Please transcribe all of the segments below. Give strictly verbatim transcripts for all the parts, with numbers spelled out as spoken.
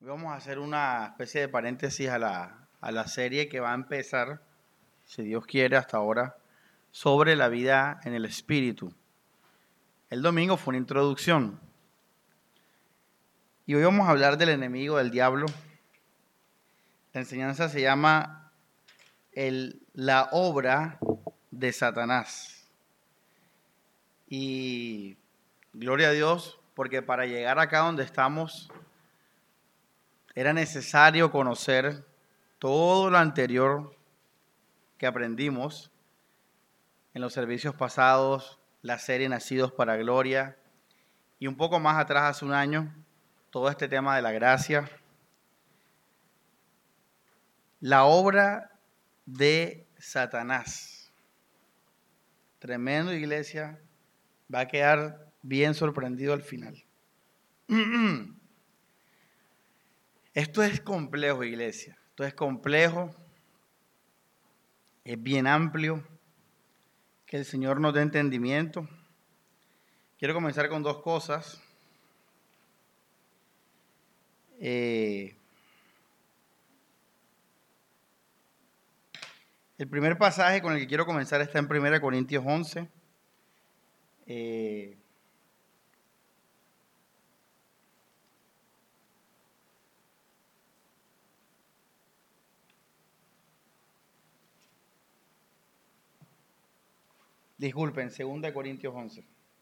Hoy vamos a hacer una especie de paréntesis a la, a la serie que va a empezar, si Dios quiere, hasta ahora, sobre la vida en el Espíritu. El domingo fue una introducción. Y hoy vamos a hablar del enemigo, del diablo. La enseñanza se llama el, la obra de Satanás. Y gloria a Dios, porque para llegar acá donde estamos, era necesario conocer todo lo anterior que aprendimos en los servicios pasados, la serie Nacidos para Gloria, y un poco más atrás, hace un año, todo este tema de la gracia. La obra de Satanás. Tremendo, iglesia. Va a quedar bien sorprendido al final. Esto es complejo, iglesia. Esto es complejo. Es bien amplio. Que el Señor nos dé entendimiento. Quiero comenzar con dos cosas. Eh, el primer pasaje con el que quiero comenzar está en primera Corintios once. Eh, disculpen, segunda Corintios once.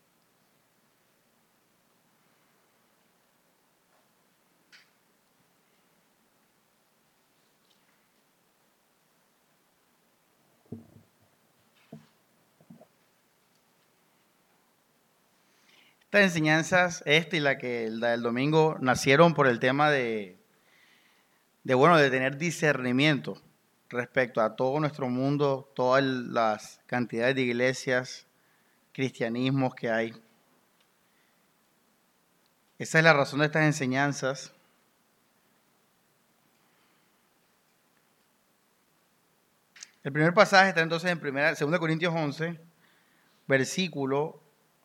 Estas enseñanzas, esta y la que la del domingo, nacieron por el tema de, de, bueno, de tener discernimiento respecto a todo nuestro mundo, todas las cantidades de iglesias, cristianismos que hay. Esa es la razón de estas enseñanzas. El primer pasaje está entonces en primera, segunda Corintios once, versículo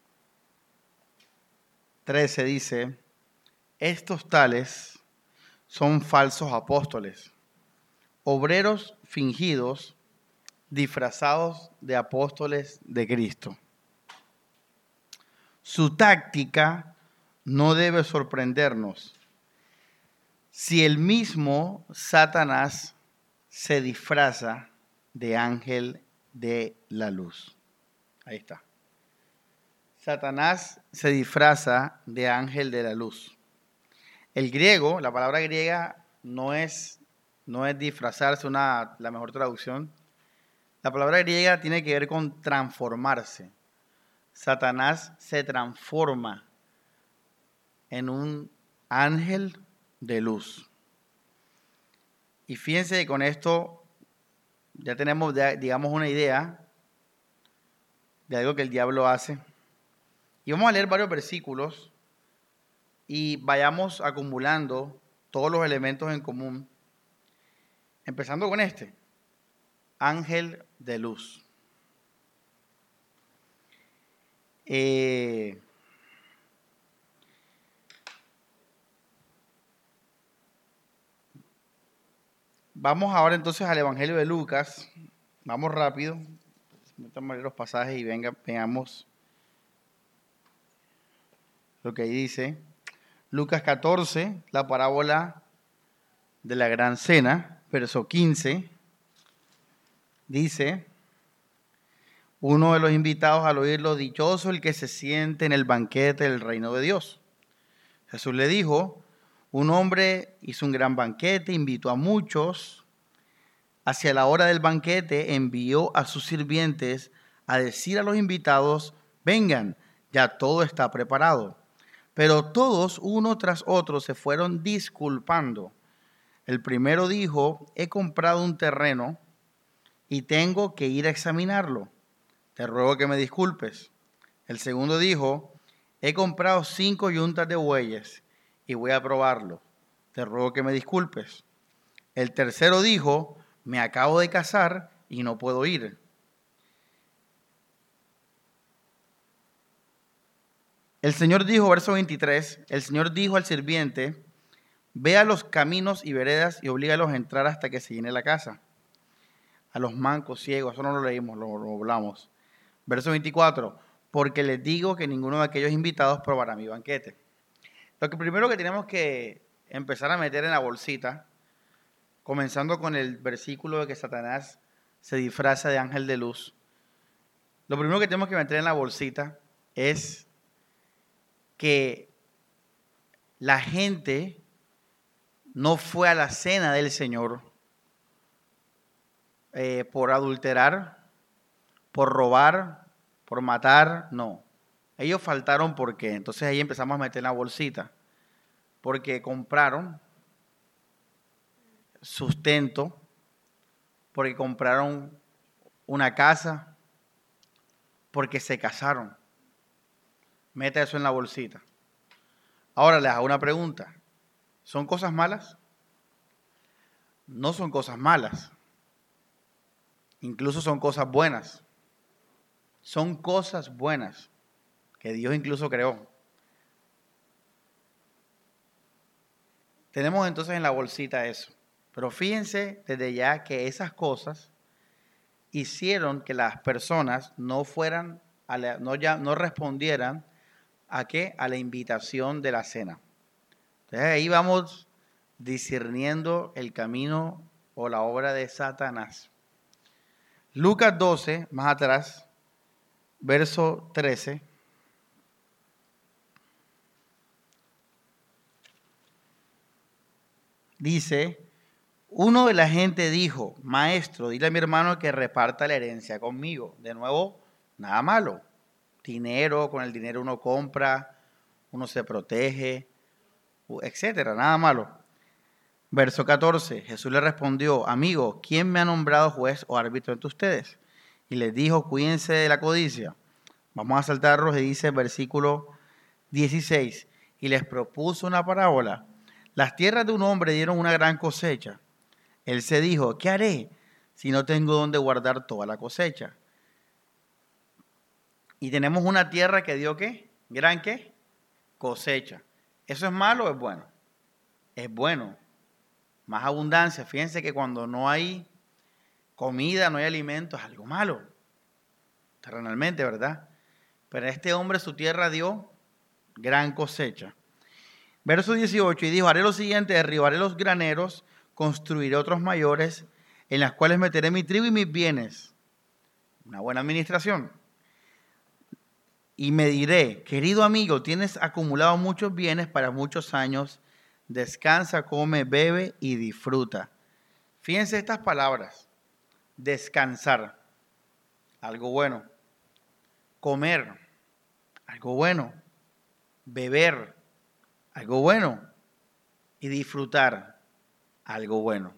trece, dice: estos tales son falsos apóstoles, obreros fingidos, disfrazados de apóstoles de Cristo. Su táctica no debe sorprendernos. Si el mismo Satanás se disfraza de ángel de la luz. Ahí está. Satanás se disfraza de ángel de la luz. El griego, la palabra griega no es, no es disfrazarse, una, la mejor traducción. La palabra griega tiene que ver con transformarse. Satanás se transforma en un ángel de luz. Y fíjense que con esto ya tenemos, digamos, una idea de algo que el diablo hace. Y vamos a leer varios versículos y vayamos acumulando todos los elementos en común. Empezando con este, ángel de luz. Eh, vamos ahora entonces al Evangelio de Lucas. Vamos rápido. Vamos a leer los pasajes y venga, veamos lo que ahí dice. Lucas catorce, la parábola de la gran cena, verso quince, dice: uno de los invitados al oírlo, dichoso el que se siente en el banquete del reino de Dios. Jesús le dijo: un hombre hizo un gran banquete, invitó a muchos. Hacia la hora del banquete envió a sus sirvientes a decir a los invitados: vengan, ya todo está preparado. Pero todos, uno tras otro, se fueron disculpando. El primero dijo: he comprado un terreno y tengo que ir a examinarlo. Te ruego que me disculpes. El segundo dijo: he comprado cinco yuntas de bueyes y voy a probarlo. Te ruego que me disculpes. El tercero dijo: me acabo de casar y no puedo ir. El Señor dijo, verso veintitrés, el Señor dijo al sirviente: Ve a los caminos y veredas y oblígalos a entrar hasta que se llene la casa. A los mancos, ciegos, eso no lo leímos, lo, lo hablamos. Verso veinticuatro, porque les digo que ninguno de aquellos invitados probará mi banquete. Lo que primero que tenemos que empezar a meter en la bolsita, comenzando con el versículo de que Satanás se disfraza de ángel de luz. Lo primero que tenemos que meter en la bolsita es que la gente no fue a la cena del Señor eh, por adulterar, por robar, por matar, no. Ellos faltaron ¿por qué? Entonces ahí empezamos a meter en la bolsita. Porque compraron sustento, porque compraron una casa, porque se casaron. Meta eso en la bolsita. Ahora les hago una pregunta. ¿Son cosas malas? No son cosas malas. Incluso son cosas buenas. Son cosas buenas que Dios incluso creó. Tenemos entonces en la bolsita eso. Pero fíjense desde ya que esas cosas hicieron que las personas no fueran, a la, no, ya, no respondieran a qué, a la invitación de la cena. Entonces ahí vamos discerniendo el camino o la obra de Satanás. Lucas doce, más atrás, verso trece. Dice, uno de la gente dijo, maestro, dile a mi hermano que reparta la herencia conmigo. De nuevo, nada malo. Dinero, con el dinero uno compra, uno se protege, etcétera, nada malo. Verso catorce, Jesús le respondió, amigo, ¿quién me ha nombrado juez o árbitro entre ustedes? Y les dijo, cuídense de la codicia. Vamos a saltarlos y dice versículo dieciséis, y les propuso una parábola. Las tierras de un hombre dieron una gran cosecha. Él se dijo, ¿qué haré si no tengo donde guardar toda la cosecha? Y tenemos una tierra que dio ¿qué? ¿Gran qué? Cosecha. ¿Eso es malo o es bueno? Es bueno. Más abundancia. Fíjense que cuando no hay comida, no hay alimento, es algo malo. Terrenalmente, ¿verdad? Pero este hombre su tierra dio gran cosecha. Verso dieciocho, y dijo, haré lo siguiente, derribaré los graneros, construiré otros mayores, en las cuales meteré mi trigo y mis bienes. Una buena administración. Y me diré, querido amigo, tienes acumulado muchos bienes para muchos años, descansa, come, bebe y disfruta. Fíjense estas palabras, descansar, algo bueno, comer, algo bueno, beber, algo bueno, y disfrutar, algo bueno.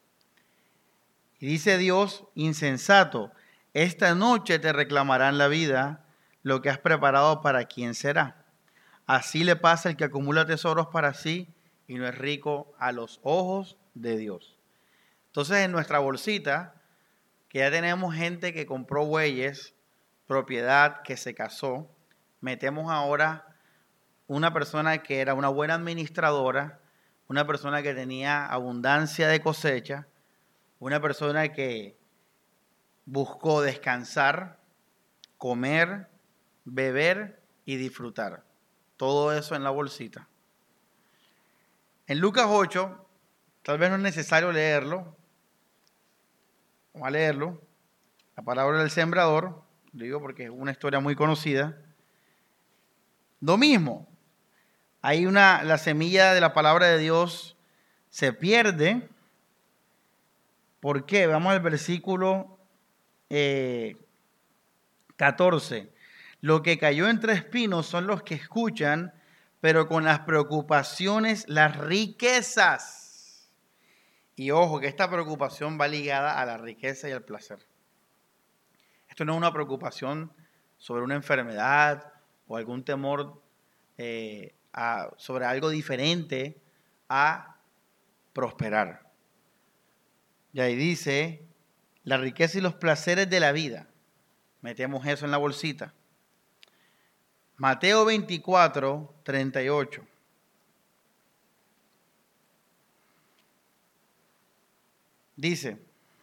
Y dice Dios, insensato, esta noche te reclamarán la vida, lo que has preparado para quién será. Así le pasa al que acumula tesoros para sí y no es rico a los ojos de Dios. Entonces en nuestra bolsita, que ya tenemos gente que compró bueyes, propiedad, que se casó, metemos ahora una persona que era una buena administradora, una persona que tenía abundancia de cosecha, una persona que buscó descansar, comer, beber y disfrutar. Todo eso en la bolsita. En Lucas ocho, tal vez no es necesario leerlo. Vamos a leerlo. La parábola del sembrador, lo digo porque es una historia muy conocida. Lo mismo. Hay una, la semilla de la palabra de Dios se pierde. ¿Por qué? Vamos al versículo eh, catorce. Lo que cayó entre espinos son los que escuchan, pero con las preocupaciones, las riquezas. Y ojo, que esta preocupación va ligada a la riqueza y al placer. Esto no es una preocupación sobre una enfermedad o algún temor eh, a, sobre algo diferente a prosperar. Y ahí dice, la riqueza y los placeres de la vida. Metemos eso en la bolsita. Mateo veinticuatro, treinta y ocho. Dice,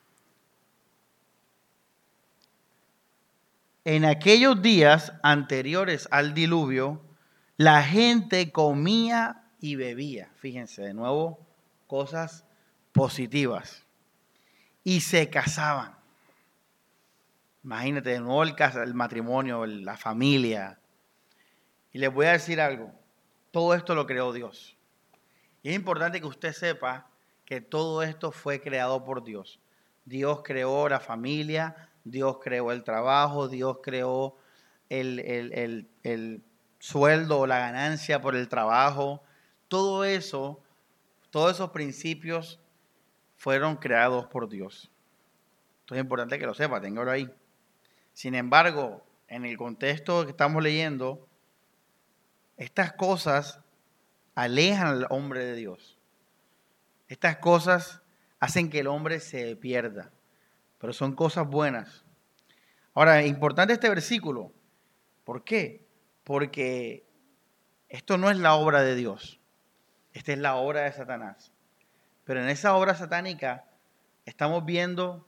en aquellos días anteriores al diluvio, la gente comía y bebía. Fíjense, de nuevo, cosas positivas. Y se casaban. Imagínate, de nuevo el, casa, el matrimonio, la familia. Y les voy a decir algo. Todo esto lo creó Dios. Y es importante que usted sepa que todo esto fue creado por Dios. Dios creó la familia, Dios creó el trabajo, Dios creó el, el, el, el sueldo o la ganancia por el trabajo. Todo eso, todos esos principios fueron creados por Dios. Entonces es importante que lo sepa, téngalo ahí. Sin embargo, en el contexto que estamos leyendo, estas cosas alejan al hombre de Dios. Estas cosas hacen que el hombre se pierda, pero son cosas buenas. Ahora, es importante este versículo. ¿Por qué? Porque esto no es la obra de Dios. Esta es la obra de Satanás. Pero en esa obra satánica estamos viendo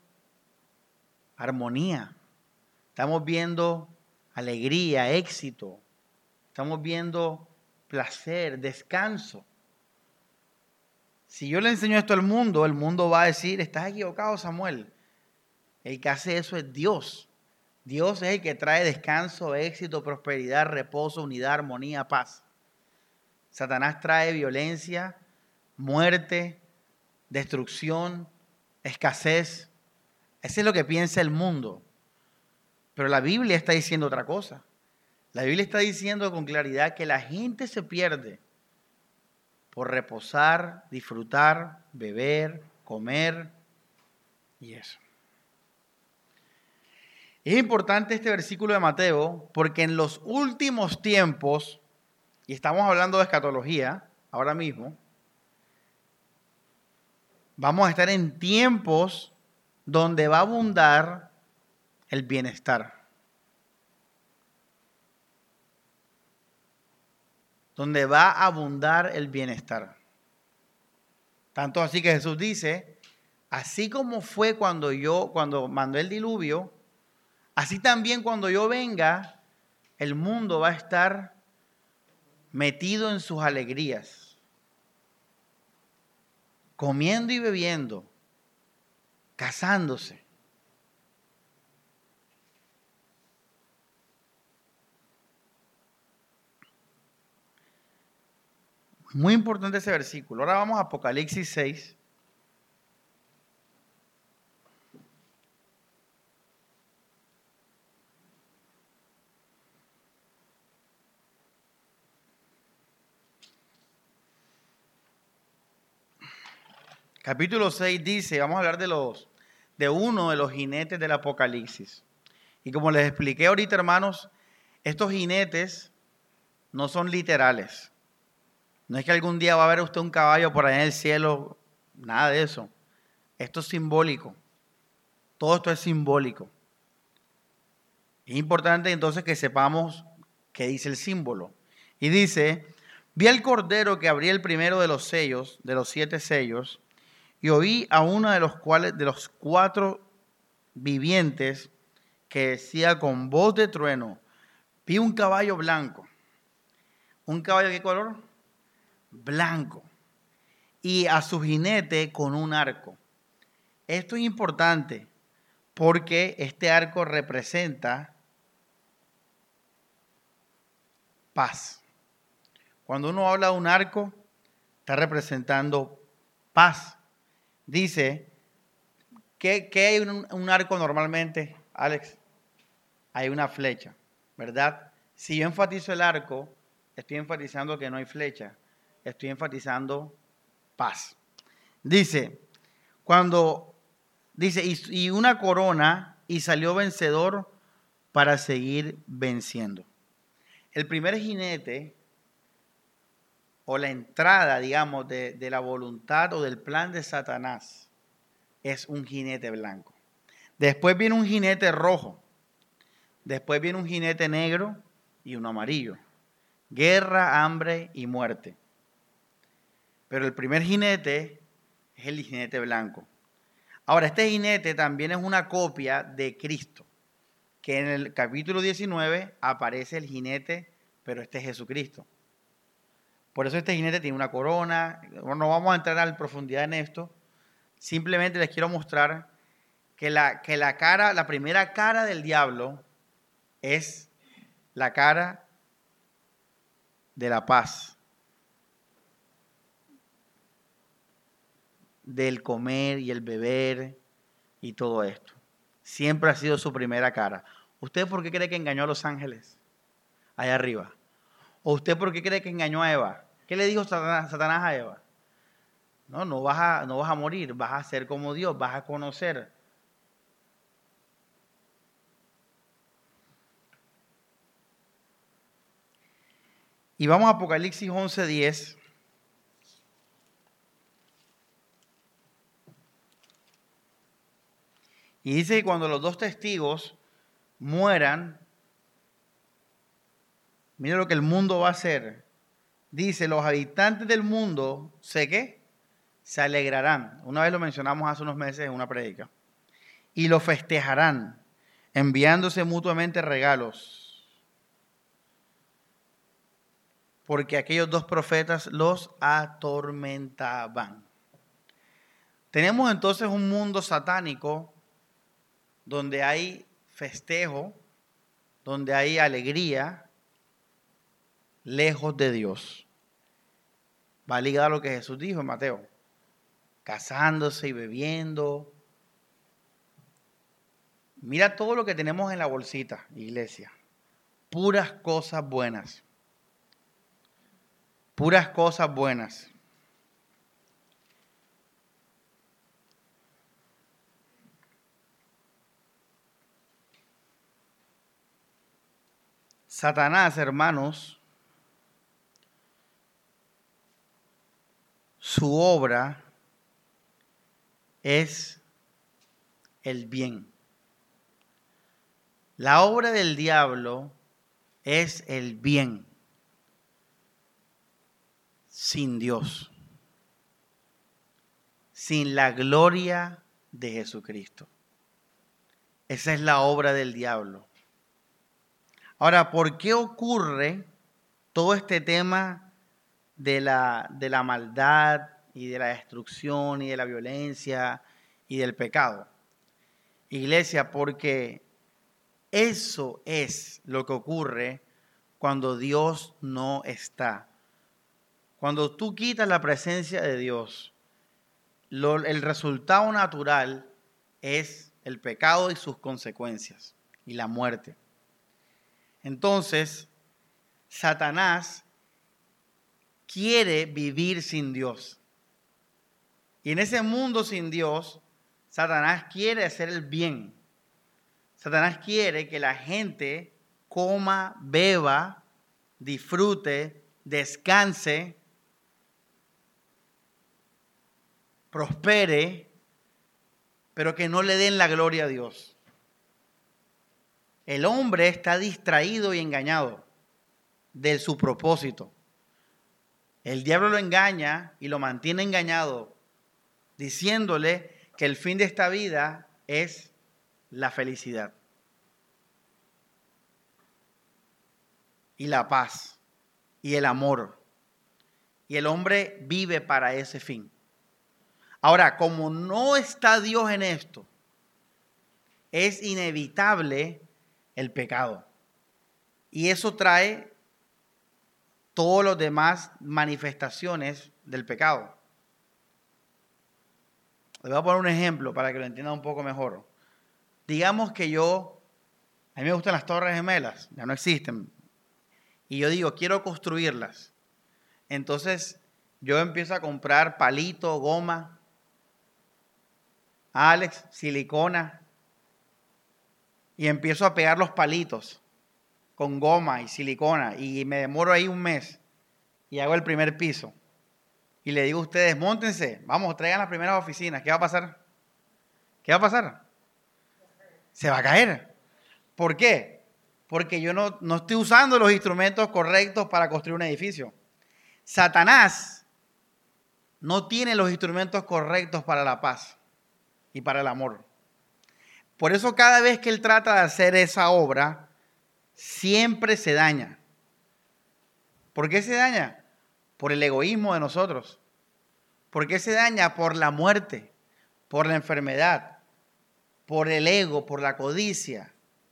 armonía. Estamos viendo alegría, éxito. Estamos viendo placer, descanso. Si yo le enseño esto al mundo, el mundo va a decir, estás equivocado, Samuel. El que hace eso es Dios. Dios es el que trae descanso, éxito, prosperidad, reposo, unidad, armonía, paz. Satanás trae violencia, muerte, destrucción, escasez. Eso es lo que piensa el mundo. Pero la Biblia está diciendo otra cosa. La Biblia está diciendo con claridad que la gente se pierde por reposar, disfrutar, beber, comer y eso. Es importante este versículo de Mateo porque en los últimos tiempos, y estamos hablando de escatología ahora mismo, vamos a estar en tiempos donde va a abundar el bienestar. Donde va a abundar el bienestar. Tanto así que Jesús dice, así como fue cuando yo, cuando mandó el diluvio, así también cuando yo venga, el mundo va a estar metido en sus alegrías, comiendo y bebiendo, casándose. Muy importante ese versículo. Ahora vamos a Apocalipsis seis. Capítulo seis dice, vamos a hablar de, los, de uno de los jinetes del Apocalipsis. Y como les expliqué ahorita, hermanos, estos jinetes no son literales. No es que algún día va a ver usted un caballo por ahí en el cielo, nada de eso. Esto es simbólico. Todo esto es simbólico. Es importante entonces que sepamos qué dice el símbolo. Y dice, vi al cordero que abría el primero de los sellos, de los siete sellos, y oí a uno de los cuales, de los cuatro vivientes que decía con voz de trueno, vi un caballo blanco. ¿Un caballo de qué color? Blanco. Y a su jinete con un arco. Esto es importante porque este arco representa paz. Cuando uno habla de un arco, está representando paz. Dice, ¿qué, qué hay un, un arco normalmente, Alex? Hay una flecha, ¿verdad? Si yo enfatizo el arco, estoy enfatizando que no hay flecha. Estoy enfatizando paz. Dice, cuando, dice, y, y una corona, y salió vencedor para seguir venciendo. El primer jinete, o la entrada, digamos, de, de la voluntad o del plan de Satanás, es un jinete blanco. Después viene un jinete rojo. Después viene un jinete negro y uno amarillo. Guerra, hambre y muerte. Pero el primer jinete es el jinete blanco. Ahora, este jinete también es una copia de Cristo, que en el capítulo diecinueve aparece el jinete, pero este es Jesucristo. Por eso este jinete tiene una corona. No vamos a entrar en profundidad en esto. Simplemente les quiero mostrar que la, que la cara, la primera cara del diablo es la cara de la paz, del comer y el beber y todo esto. Siempre ha sido su primera cara. ¿Usted por qué cree que engañó a los ángeles allá arriba? ¿O usted por qué cree que engañó a Eva? ¿Qué le dijo Satanás, Satanás a Eva? No, no vas a, no vas a morir, vas a ser como Dios, vas a conocer. Y vamos a Apocalipsis once diez. Y dice que cuando los dos testigos mueran, mire lo que el mundo va a hacer. Dice, los habitantes del mundo, ¿sé qué? Se alegrarán. Una vez lo mencionamos hace unos meses en una prédica. Y lo festejarán, enviándose mutuamente regalos. Porque aquellos dos profetas los atormentaban. Tenemos entonces un mundo satánico donde hay festejo, donde hay alegría, lejos de Dios. Va ligado a lo que Jesús dijo en Mateo. Casándose y bebiendo. Mira todo lo que tenemos en la bolsita, iglesia. Puras cosas buenas. Puras cosas buenas. Satanás, hermanos, su obra es el bien. La obra del diablo es el bien sin Dios, sin la gloria de Jesucristo. Esa es la obra del diablo. Ahora, ¿por qué ocurre todo este tema de la, de la maldad y de la destrucción y de la violencia y del pecado? Iglesia, porque eso es lo que ocurre cuando Dios no está. Cuando tú quitas la presencia de Dios, lo, el resultado natural es el pecado y sus consecuencias y la muerte. Entonces, Satanás quiere vivir sin Dios. Y en ese mundo sin Dios, Satanás quiere hacer el bien. Satanás quiere que la gente coma, beba, disfrute, descanse, prospere, pero que no le den la gloria a Dios. El hombre está distraído y engañado de su propósito. El diablo lo engaña y lo mantiene engañado, diciéndole que el fin de esta vida es la felicidad y la paz y el amor. Y el hombre vive para ese fin. Ahora, como no está Dios en esto, es inevitable el pecado. Y eso trae todas las demás manifestaciones del pecado. Les voy a poner un ejemplo para que lo entiendan un poco mejor. Digamos que yo, a mí me gustan las Torres Gemelas, ya no existen. Y yo digo, quiero construirlas. Entonces, yo empiezo a comprar palito, goma, Alex, silicona, y empiezo a pegar los palitos con goma y silicona, y me demoro ahí un mes, y hago el primer piso. Y le digo a ustedes, móntense, vamos, traigan las primeras oficinas. ¿Qué va a pasar? ¿Qué va a pasar? Se va a caer. ¿Por qué? Porque yo no, no estoy usando los instrumentos correctos para construir un edificio. Satanás no tiene los instrumentos correctos para la paz y para el amor. Por eso cada vez que él trata de hacer esa obra, siempre se daña. ¿Por qué se daña? Por el egoísmo de nosotros. ¿Por qué se daña? Por la muerte, por la enfermedad, por el ego, por la codicia.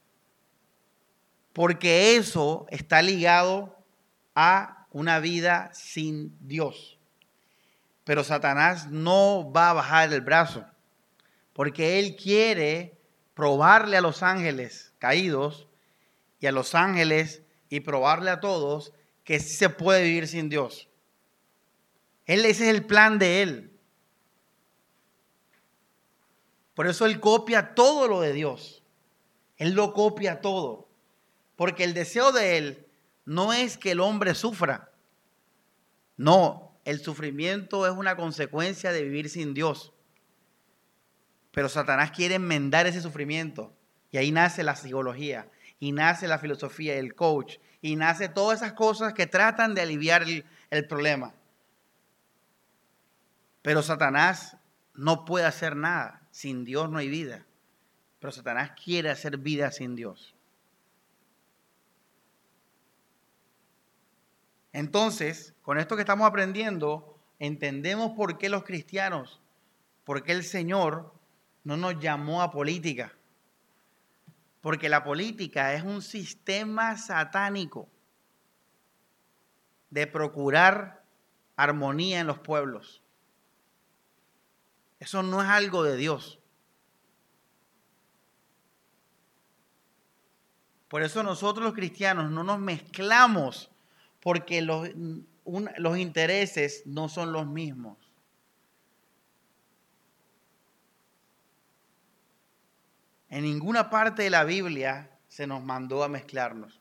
Porque eso está ligado a una vida sin Dios. Pero Satanás no va a bajar el brazo, porque él quiere probarle a los ángeles caídos y a los ángeles y probarle a todos que sí se puede vivir sin Dios. Él, ese es el plan de él. Por eso él copia todo lo de Dios. Él lo copia todo. Porque el deseo de él no es que el hombre sufra. No, el sufrimiento es una consecuencia de vivir sin Dios. Pero Satanás quiere enmendar ese sufrimiento. Y ahí nace la psicología, y nace la filosofía, el coach, y nace todas esas cosas que tratan de aliviar el, el problema. Pero Satanás no puede hacer nada. Sin Dios no hay vida. Pero Satanás quiere hacer vida sin Dios. Entonces, con esto que estamos aprendiendo, entendemos por qué los cristianos, por qué el Señor no nos llamó a política. Porque la política es un sistema satánico de procurar armonía en los pueblos. Eso no es algo de Dios. Por eso nosotros los cristianos no nos mezclamos, porque los, un, los intereses no son los mismos. En ninguna parte de la Biblia se nos mandó a mezclarnos.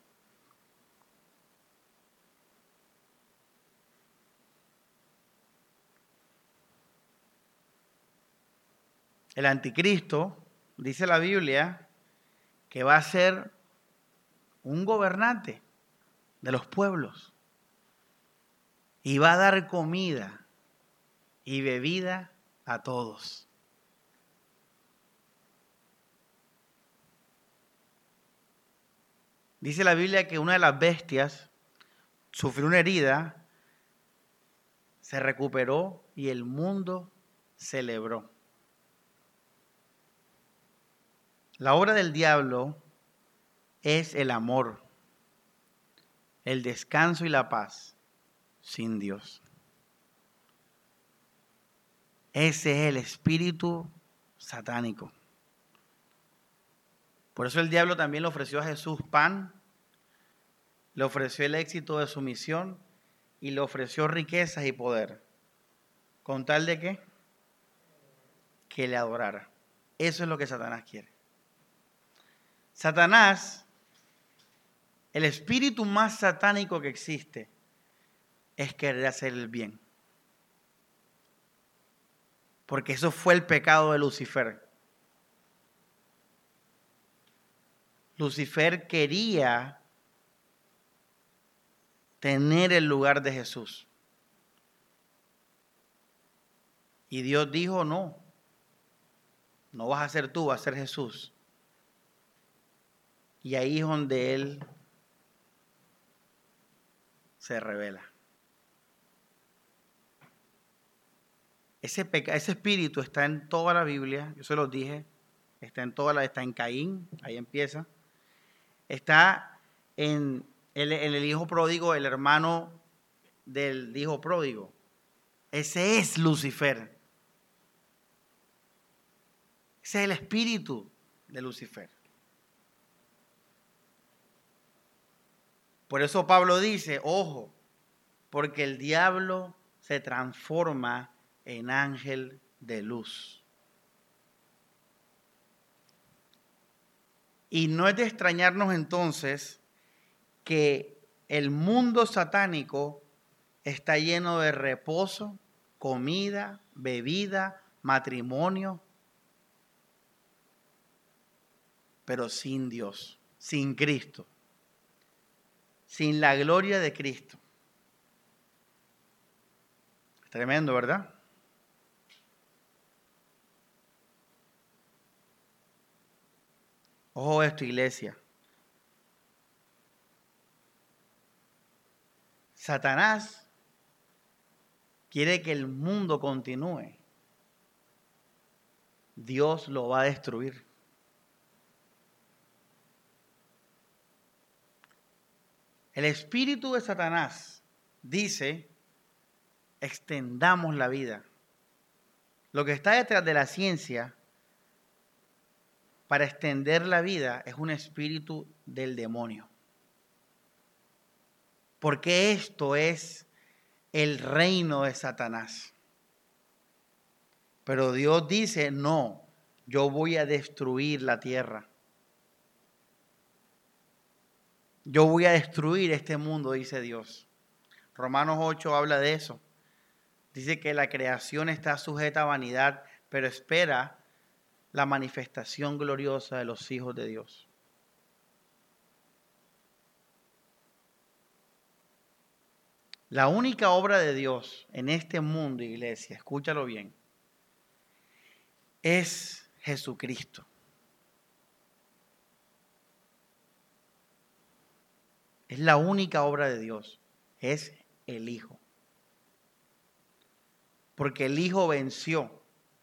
El anticristo, dice la Biblia, que va a ser un gobernante de los pueblos y va a dar comida y bebida a todos. Dice la Biblia que una de las bestias sufrió una herida, se recuperó y el mundo celebró. La obra del diablo es el amor, el descanso y la paz sin Dios. Ese es el espíritu satánico. Por eso el diablo también le ofreció a Jesús pan, le ofreció el éxito de su misión y le ofreció riquezas y poder. ¿Con tal de qué? Que le adorara. Eso es lo que Satanás quiere. Satanás, el espíritu más satánico que existe, es querer hacer el bien. Porque eso fue el pecado de Lucifer. Lucifer quería tener el lugar de Jesús. Y Dios dijo, no, no vas a ser tú, vas a ser Jesús. Y ahí es donde Él se revela. Ese, peca, ese espíritu está en toda la Biblia, yo se los dije, está en toda la, está en Caín, ahí empieza. Está en el, en el hijo pródigo, el hermano del hijo pródigo. Ese es Lucifer. Ese es el espíritu de Lucifer. Por eso Pablo dice, ojo, porque el diablo se transforma en ángel de luz. Y no es de extrañarnos entonces que el mundo satánico está lleno de reposo, comida, bebida, matrimonio, pero sin Dios, sin Cristo, sin la gloria de Cristo. Tremendo, ¿verdad? Ojo a esto, iglesia. Satanás quiere que el mundo continúe. Dios lo va a destruir. El espíritu de Satanás dice, extendamos la vida. Lo que está detrás de la ciencia para extender la vida es un espíritu del demonio. Porque esto es el reino de Satanás. Pero Dios dice, no, yo voy a destruir la tierra. Yo voy a destruir este mundo, dice Dios. Romanos ocho habla de eso. Dice que la creación está sujeta a vanidad, pero espera la manifestación gloriosa de los hijos de Dios. La única obra de Dios en este mundo, iglesia, escúchalo bien, es Jesucristo. Es la única obra de Dios, es el Hijo. Porque el Hijo venció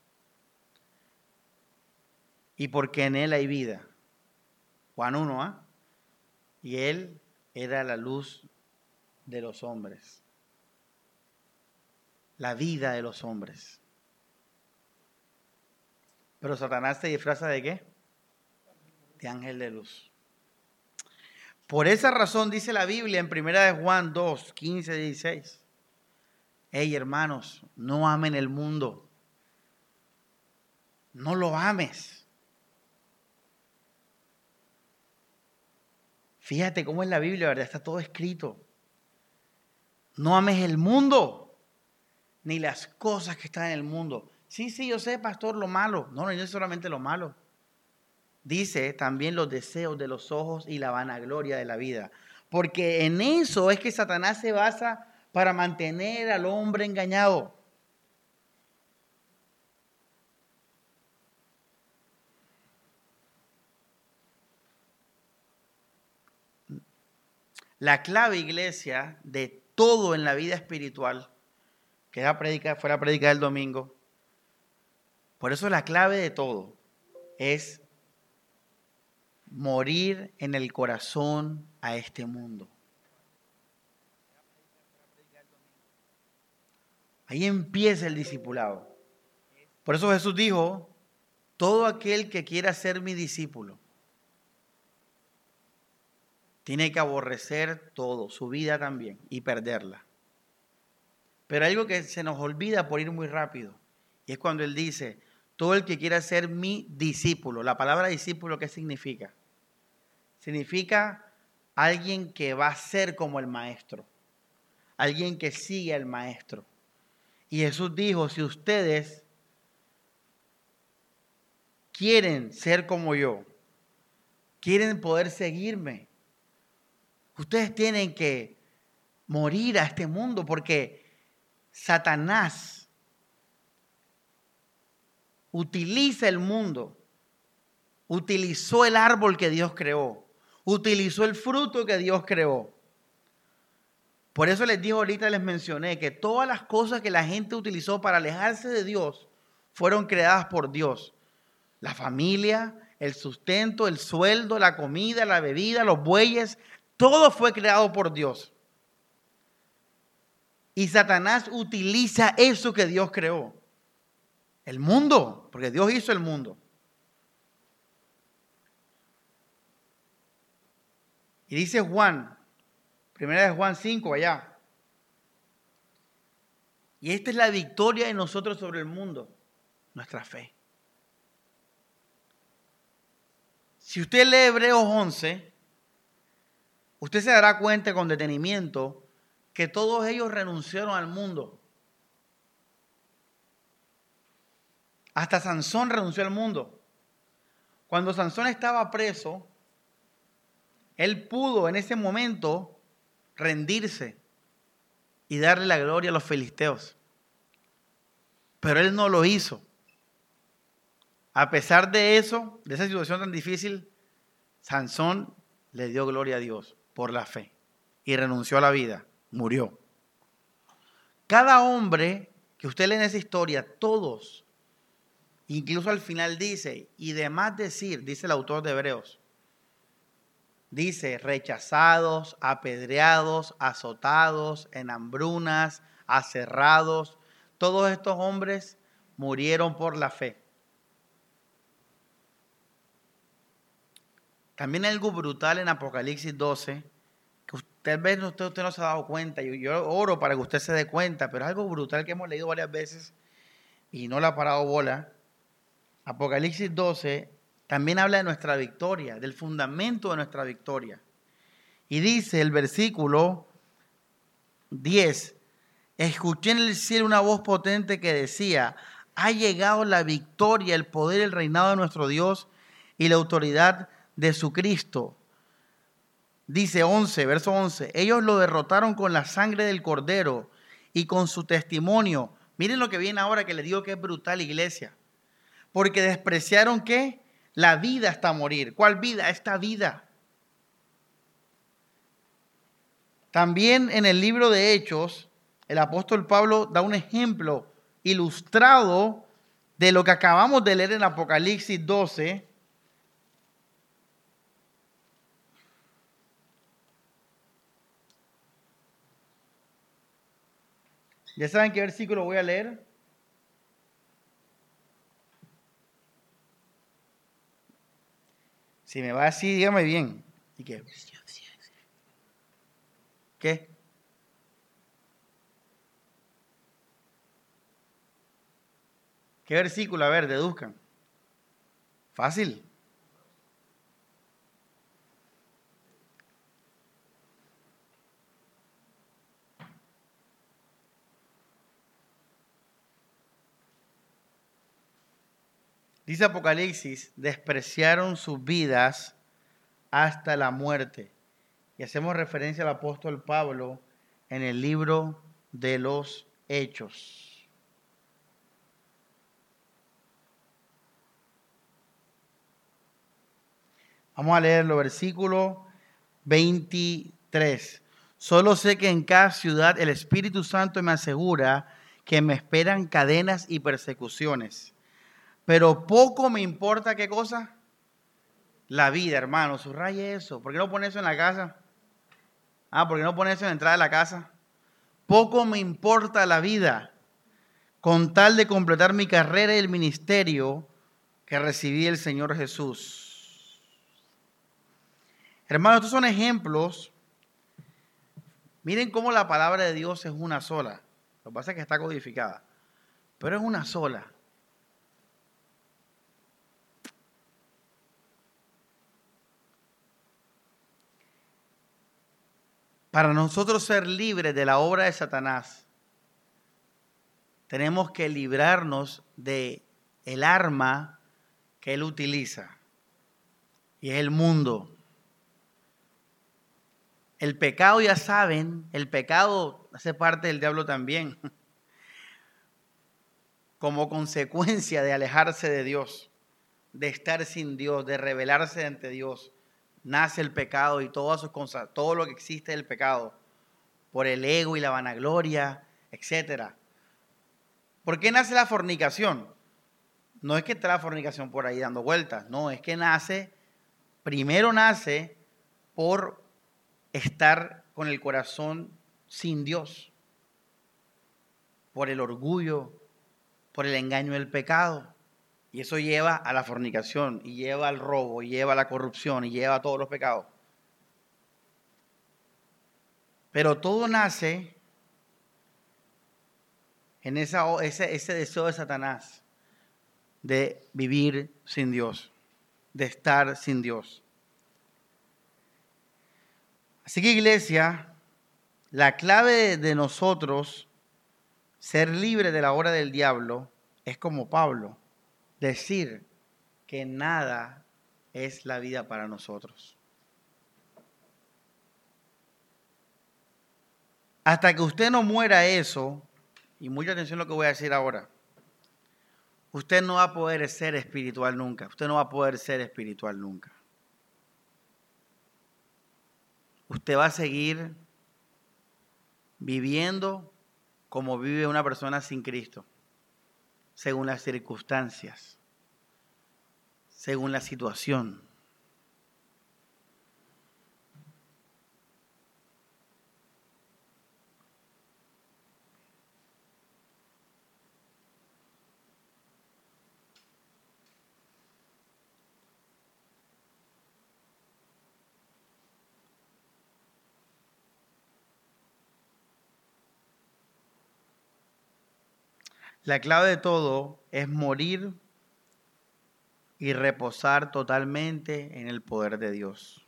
y porque en Él hay vida. Juan uno, ¿ah? ¿eh? Y Él era la luz de los hombres, la vida de los hombres. Pero Satanás se disfraza ¿de qué? De ángel de luz. Por esa razón dice la Biblia en primera de Juan dos, quince, dieciséis. Hey, hermanos, no amen el mundo. No lo ames. Fíjate cómo es la Biblia, ¿verdad? Está todo escrito. No ames el mundo, ni las cosas que están en el mundo. Sí, sí, yo sé, pastor, lo malo. No, no es solamente lo malo. Dice también los deseos de los ojos y la vanagloria de la vida. Porque en eso es que Satanás se basa para mantener al hombre engañado. La clave, iglesia, de todo en la vida espiritual, que la predica, fue la prédica del domingo, por eso la clave de todo es morir en el corazón a este mundo. Ahí empieza el discipulado. Por eso Jesús dijo, todo aquel que quiera ser mi discípulo tiene que aborrecer todo, su vida también, y perderla. Pero hay algo que se nos olvida por ir muy rápido, y es cuando Él dice, todo el que quiera ser mi discípulo. La palabra discípulo, ¿qué significa? Significa alguien que va a ser como el maestro, alguien que sigue al maestro. Y Jesús dijo, si ustedes quieren ser como yo, quieren poder seguirme, ustedes tienen que morir a este mundo, porque Satanás utiliza el mundo, utilizó el árbol que Dios creó, utilizó el fruto que Dios creó. Por eso les digo ahorita, les mencioné que todas las cosas que la gente utilizó para alejarse de Dios fueron creadas por Dios. La familia, el sustento, el sueldo, la comida, la bebida, los bueyes, todo fue creado por Dios. Y Satanás utiliza eso que Dios creó. El mundo, porque Dios hizo el mundo. Y dice Juan, primera de Juan cinco allá. Y esta es la victoria de nosotros sobre el mundo, nuestra fe. Si usted lee Hebreos once, usted se dará cuenta con detenimiento que todos ellos renunciaron al mundo. Hasta Sansón renunció al mundo. Cuando Sansón estaba preso, él pudo en ese momento rendirse y darle la gloria a los filisteos. Pero él no lo hizo. A pesar de eso, de esa situación tan difícil, Sansón le dio gloria a Dios por la fe y renunció a la vida, murió. Cada hombre que usted lee en esa historia, todos, incluso al final dice, y de más decir, dice el autor de Hebreos, dice, rechazados, apedreados, azotados, en hambrunas, aserrados, todos estos hombres murieron por la fe. También hay algo brutal en Apocalipsis doce, que tal vez usted, usted no se ha dado cuenta, yo, yo oro para que usted se dé cuenta, pero es algo brutal que hemos leído varias veces y no le ha parado bola. Apocalipsis doce también habla de nuestra victoria, del fundamento de nuestra victoria. Y dice el versículo diez, escuché en el cielo una voz potente que decía, ha llegado la victoria, el poder, el reinado de nuestro Dios y la autoridad de su Cristo. Dice once, verso once, ellos lo derrotaron con la sangre del cordero y con su testimonio. Miren lo que viene ahora que les digo que es brutal, iglesia. Porque despreciaron ¿qué? La vida hasta morir. ¿Cuál vida? Esta vida. También en el libro de Hechos, el apóstol Pablo da un ejemplo ilustrado de lo que acabamos de leer en Apocalipsis doce. ¿Ya saben qué versículo voy a leer? Si me va así, dígame bien. ¿Y qué? ¿Qué? ¿Qué versículo? A ver, deduzcan. Fácil. Dice Apocalipsis, despreciaron sus vidas hasta la muerte. Y hacemos referencia al apóstol Pablo en el libro de los Hechos. Vamos a leer el versículo veintitrés. Solo sé que en cada ciudad el Espíritu Santo me asegura que me esperan cadenas y persecuciones. Pero poco me importa, ¿qué cosa? La vida, hermano. Subraye eso. ¿Por qué no pone eso en la casa? Ah, ¿por qué no pone eso en la entrada de la casa? Poco me importa la vida, con tal de completar mi carrera y el ministerio que recibí del Señor Jesús. Hermanos, estos son ejemplos. Miren cómo la palabra de Dios es una sola. Lo que pasa es que está codificada, pero es una sola. Para nosotros ser libres de la obra de Satanás, tenemos que librarnos de el arma que él utiliza, y es el mundo. El pecado, ya saben, el pecado hace parte del diablo también, como consecuencia de alejarse de Dios, de estar sin Dios, de rebelarse ante Dios. Nace el pecado y todas sus cosas, todo lo que existe es el pecado, por el ego y la vanagloria, etcétera. ¿Por qué nace la fornicación? No es que está la fornicación por ahí dando vueltas, no, es que nace, primero nace por estar con el corazón sin Dios, por el orgullo, por el engaño del pecado. Y eso lleva a la fornicación, y lleva al robo, y lleva a la corrupción, y lleva a todos los pecados. Pero todo nace en esa, ese, ese deseo de Satanás de vivir sin Dios, de estar sin Dios. Así que, iglesia, la clave de nosotros ser libre de la obra del diablo es como Pablo. Decir que nada es la vida para nosotros. Hasta que usted no muera eso, y mucha atención a lo que voy a decir ahora, usted no va a poder ser espiritual nunca. Usted no va a poder ser espiritual nunca. usted va a seguir viviendo como vive una persona sin Cristo, según las circunstancias, según la situación. La clave de todo es morir y reposar totalmente en el poder de Dios.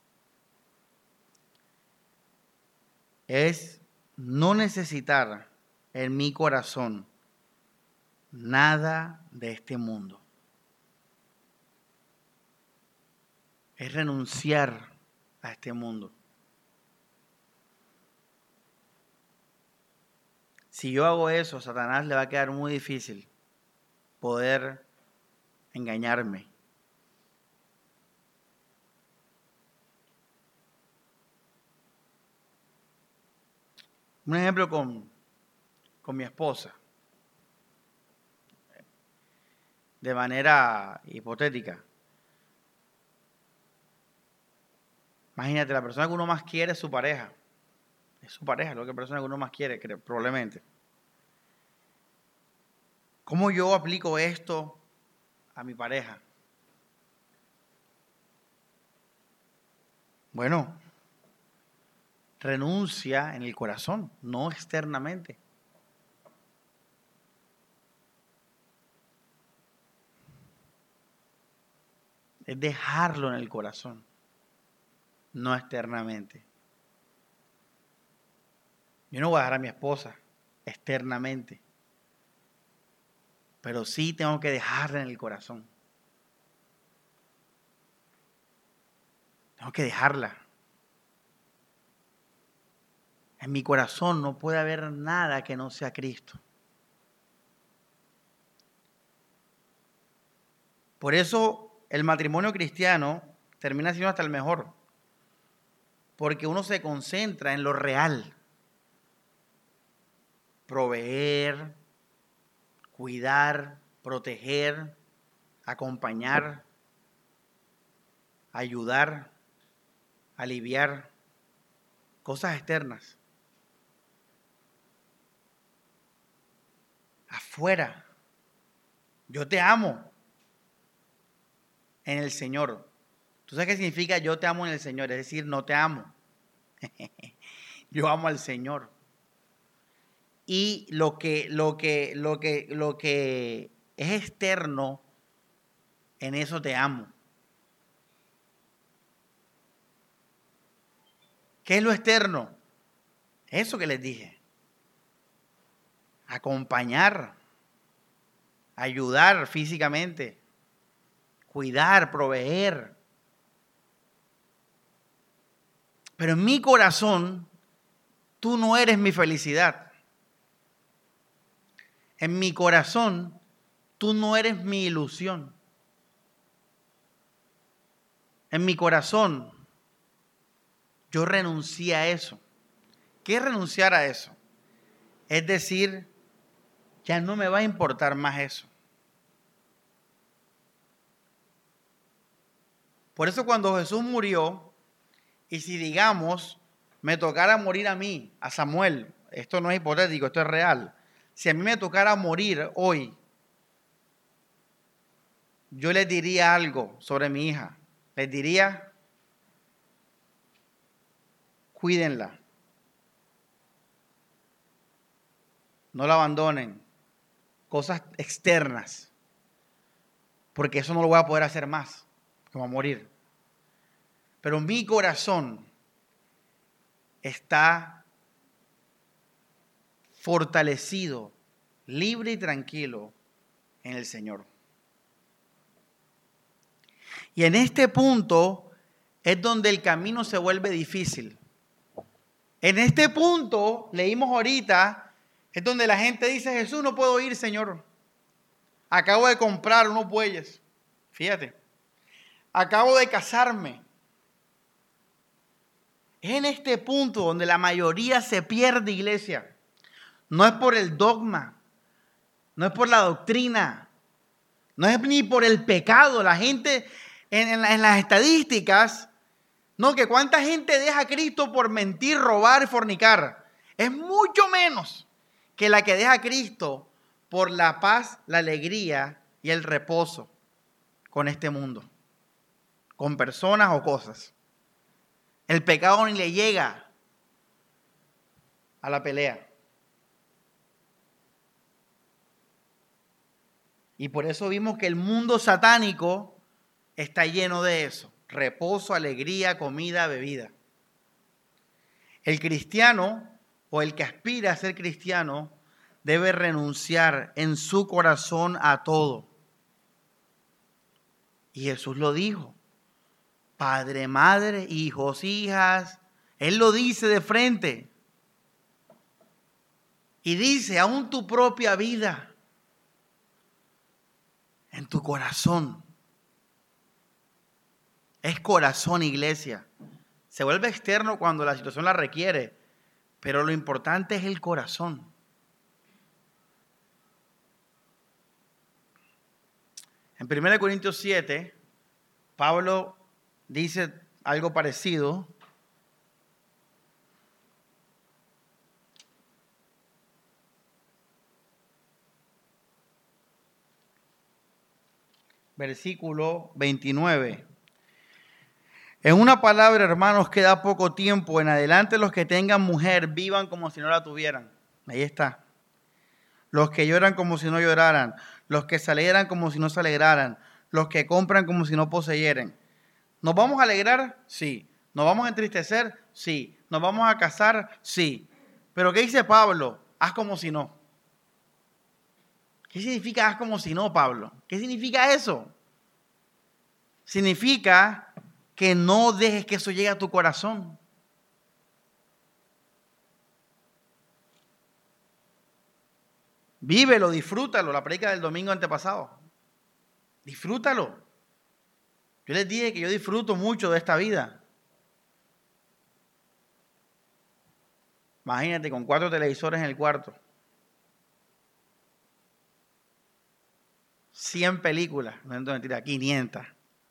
Es no necesitar en mi corazón nada de este mundo. Es renunciar a este mundo. Si yo hago eso, a Satanás le va a quedar muy difícil poder engañarme. Un ejemplo con, con mi esposa. De manera hipotética. Imagínate, la persona que uno más quiere es su pareja. Es su pareja, lo que la persona que uno más quiere, probablemente. ¿Cómo yo aplico esto a mi pareja? Bueno, renuncia en el corazón, no externamente. Es dejarlo en el corazón, no externamente. Yo no voy a dejar a mi esposa externamente, pero sí tengo que dejarla en el corazón. Tengo que dejarla. En mi corazón no puede haber nada que no sea Cristo. Por eso el matrimonio cristiano termina siendo hasta el mejor, porque uno se concentra en lo real. Proveer, cuidar, proteger, acompañar, ayudar, aliviar, cosas externas. Afuera, yo te amo en el Señor. ¿Tú sabes qué significa yo te amo en el Señor? Es decir, no te amo. Yo amo al Señor. Y lo que, lo que, lo que, lo que es externo, en eso te amo. ¿Qué es lo externo? Eso que les dije. Acompañar, ayudar físicamente, cuidar, proveer. Pero en mi corazón, tú no eres mi felicidad. En mi corazón, tú no eres mi ilusión. En mi corazón, yo renuncié a eso. ¿Qué es renunciar a eso? Es decir, ya no me va a importar más eso. Por eso cuando Jesús murió, y si digamos, me tocara morir a mí, a Samuel, esto no es hipotético, esto es real. Si a mí me tocara morir hoy, yo les diría algo sobre mi hija. Les diría, cuídenla. No la abandonen. Cosas externas. Porque eso no lo voy a poder hacer más. Como a morir. Pero mi corazón está fortalecido, libre y tranquilo en el Señor. Y en este punto es donde el camino se vuelve difícil. En este punto, leímos ahorita, es donde la gente dice, Jesús, no puedo ir, Señor. Acabo de comprar unos bueyes. Fíjate. Acabo de casarme. Es en este punto donde la mayoría se pierde, iglesia. No es por el dogma, no es por la doctrina, no es ni por el pecado. La gente en, en, en las estadísticas, no, que cuánta gente deja a Cristo por mentir, robar y fornicar. Es mucho menos que la que deja a Cristo por la paz, la alegría y el reposo con este mundo, con personas o cosas. El pecado ni le llega a la pelea. Y por eso vimos que el mundo satánico está lleno de eso. Reposo, alegría, comida, bebida. El cristiano o el que aspira a ser cristiano debe renunciar en su corazón a todo. Y Jesús lo dijo. Padre, madre, hijos, hijas. Él lo dice de frente. Y dice, aún tu propia vida. En tu corazón. Es corazón, iglesia. Se vuelve externo cuando la situación la requiere. Pero lo importante es el corazón. En primera Corintios siete, Pablo dice algo parecido. Versículo veintinueve. En una palabra, hermanos, queda poco tiempo. En adelante los que tengan mujer vivan como si no la tuvieran. Ahí está. Los que lloran como si no lloraran. Los que se alegran como si no se alegraran. Los que compran como si no poseyeren. ¿Nos vamos a alegrar? Sí. ¿Nos vamos a entristecer? Sí. ¿Nos vamos a casar? Sí. Pero ¿qué dice Pablo? Haz como si no. ¿Qué significa haz como si no, Pablo? ¿Qué significa eso? Significa que no dejes que eso llegue a tu corazón. Vívelo, disfrútalo. La predica del domingo antepasado. Disfrútalo. Yo les dije que yo disfruto mucho de esta vida. Imagínate con cuatro televisores en el cuarto. cien películas. No es mentira, quinientas.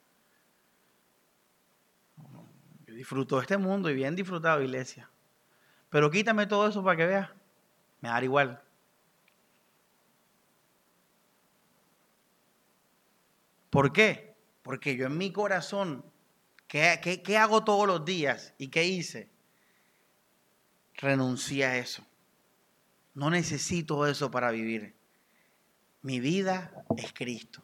Yo disfruto de este mundo y bien disfrutado, iglesia. Pero quítame todo eso para que veas. Me da igual. ¿Por qué? Porque yo en mi corazón, ¿qué, qué, qué hago todos los días? ¿Y qué hice? Renuncié a eso. No necesito eso para vivir. Mi vida es Cristo.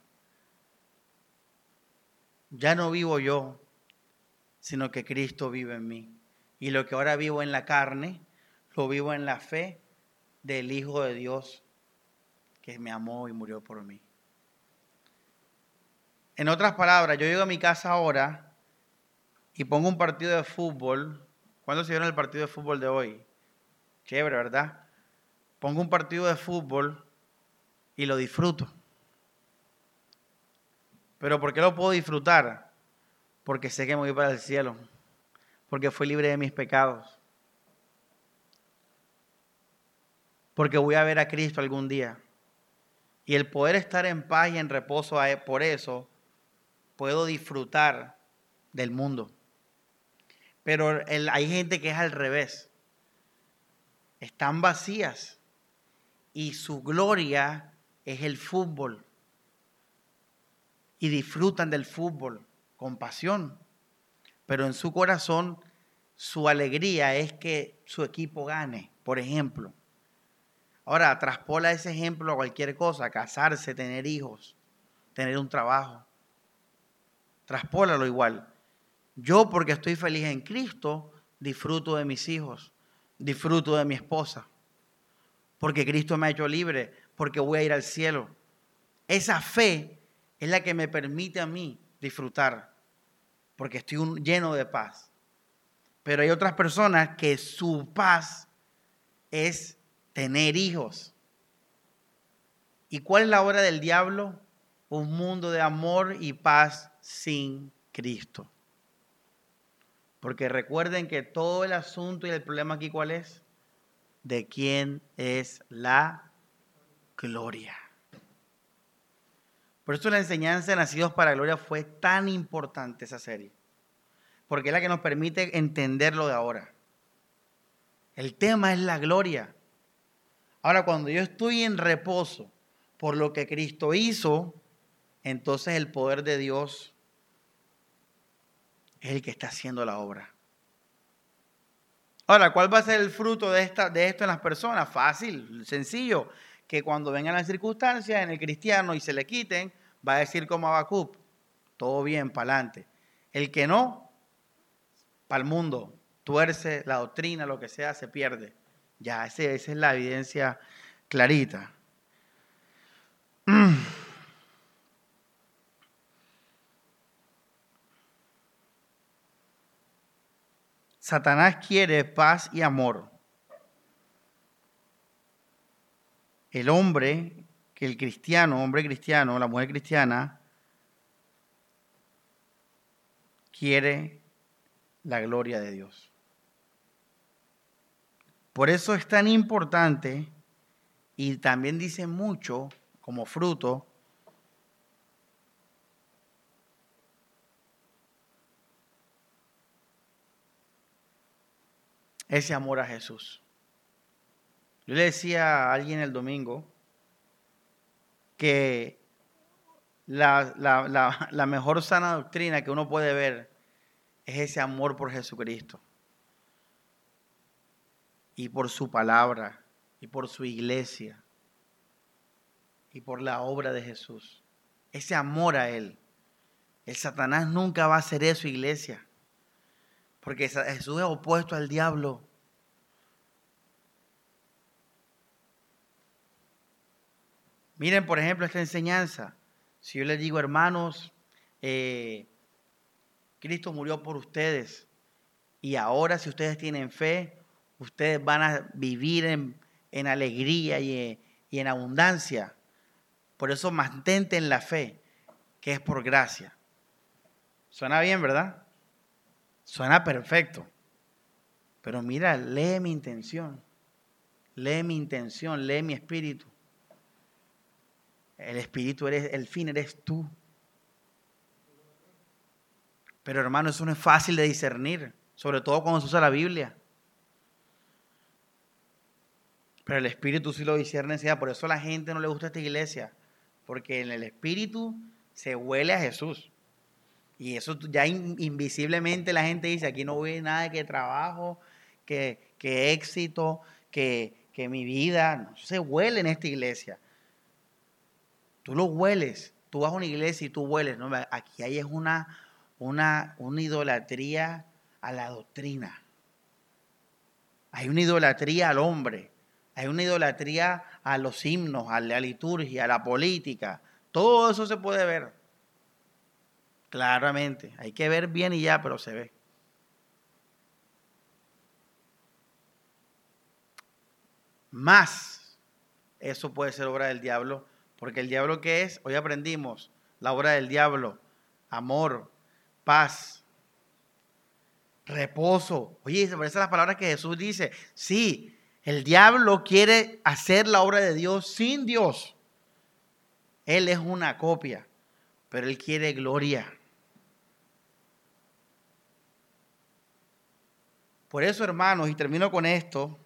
Ya no vivo yo, sino que Cristo vive en mí. Y lo que ahora vivo en la carne, lo vivo en la fe del Hijo de Dios que me amó y murió por mí. En otras palabras, yo llego a mi casa ahora y pongo un partido de fútbol. ¿Cuándo se vieron el partido de fútbol de hoy? Chévere, ¿verdad? Pongo un partido de fútbol y lo disfruto. ¿Pero por qué lo puedo disfrutar? Porque sé que me voy para el cielo. Porque fui libre de mis pecados. Porque voy a ver a Cristo algún día. Y el poder estar en paz y en reposo por eso, puedo disfrutar del mundo. Pero el, hay gente que es al revés. Están vacías. Y su gloria es el fútbol. Y disfrutan del fútbol con pasión. Pero en su corazón, su alegría es que su equipo gane, por ejemplo. Ahora, traspola ese ejemplo a cualquier cosa, casarse, tener hijos, tener un trabajo. Traspólalo igual. Yo, porque estoy feliz en Cristo, disfruto de mis hijos, disfruto de mi esposa. Porque Cristo me ha hecho libre, porque voy a ir al cielo. Esa fe es la que me permite a mí disfrutar, porque estoy un, lleno de paz. Pero hay otras personas que su paz es tener hijos. ¿Y cuál es la obra del diablo? Un mundo de amor y paz sin Cristo. Porque recuerden que todo el asunto y el problema aquí, ¿cuál es? ¿De quién es la gloria? Por eso la enseñanza de Nacidos para Gloria fue tan importante, esa serie. Porque es la que nos permite entender lo de ahora. El tema es la gloria. Ahora, cuando yo estoy en reposo por lo que Cristo hizo, entonces el poder de Dios es el que está haciendo la obra. Ahora, ¿cuál va a ser el fruto de, esta, de esto en las personas? Fácil, sencillo. Que cuando vengan las circunstancias en el cristiano y se le quiten, va a decir como Habacuc, todo bien, para adelante. El que no, para el mundo, tuerce la doctrina, lo que sea, se pierde. Ya, ese, esa es la evidencia clarita. Satanás quiere paz y amor. El hombre, que el cristiano, hombre cristiano, la mujer cristiana, quiere la gloria de Dios. Por eso es tan importante y también dice mucho como fruto ese amor a Jesús. Yo le decía a alguien el domingo que la, la, la, la mejor sana doctrina que uno puede ver es ese amor por Jesucristo y por su palabra y por su iglesia y por la obra de Jesús. Ese amor a Él. El Satanás nunca va a hacer eso, iglesia, porque Jesús es opuesto al diablo. Miren, por ejemplo, esta enseñanza. Si yo les digo, hermanos, eh, Cristo murió por ustedes y ahora si ustedes tienen fe, ustedes van a vivir en, en alegría y, y en abundancia. Por eso mantente en la fe, que es por gracia. Suena bien, ¿verdad? Suena perfecto. Pero mira, lee mi intención. Lee mi intención, lee mi espíritu. El espíritu eres, el fin eres tú. Pero hermano, eso no es fácil de discernir, sobre todo cuando se usa la Biblia. Pero el espíritu sí lo discierne, por eso a la gente no le gusta esta iglesia, porque en el espíritu se huele a Jesús. Y eso ya in, invisiblemente la gente dice, aquí no ve nada de que trabajo, que, que éxito, que, que mi vida, no, eso se huele en esta iglesia. Tú lo hueles, tú vas a una iglesia y tú hueles, ¿no? Aquí hay es una, una, una idolatría a la doctrina. Hay una idolatría al hombre. Hay una idolatría a los himnos, a la liturgia, a la política. Todo eso se puede ver. Claramente. Hay que ver bien y ya, pero se ve. Más, eso puede ser obra del diablo. Porque el diablo, ¿qué es? Hoy aprendimos la obra del diablo. Amor, paz, reposo. Oye, se parecen las palabras que Jesús dice. Sí, el diablo quiere hacer la obra de Dios sin Dios. Él es una copia, pero él quiere gloria. Por eso, hermanos, y termino con esto,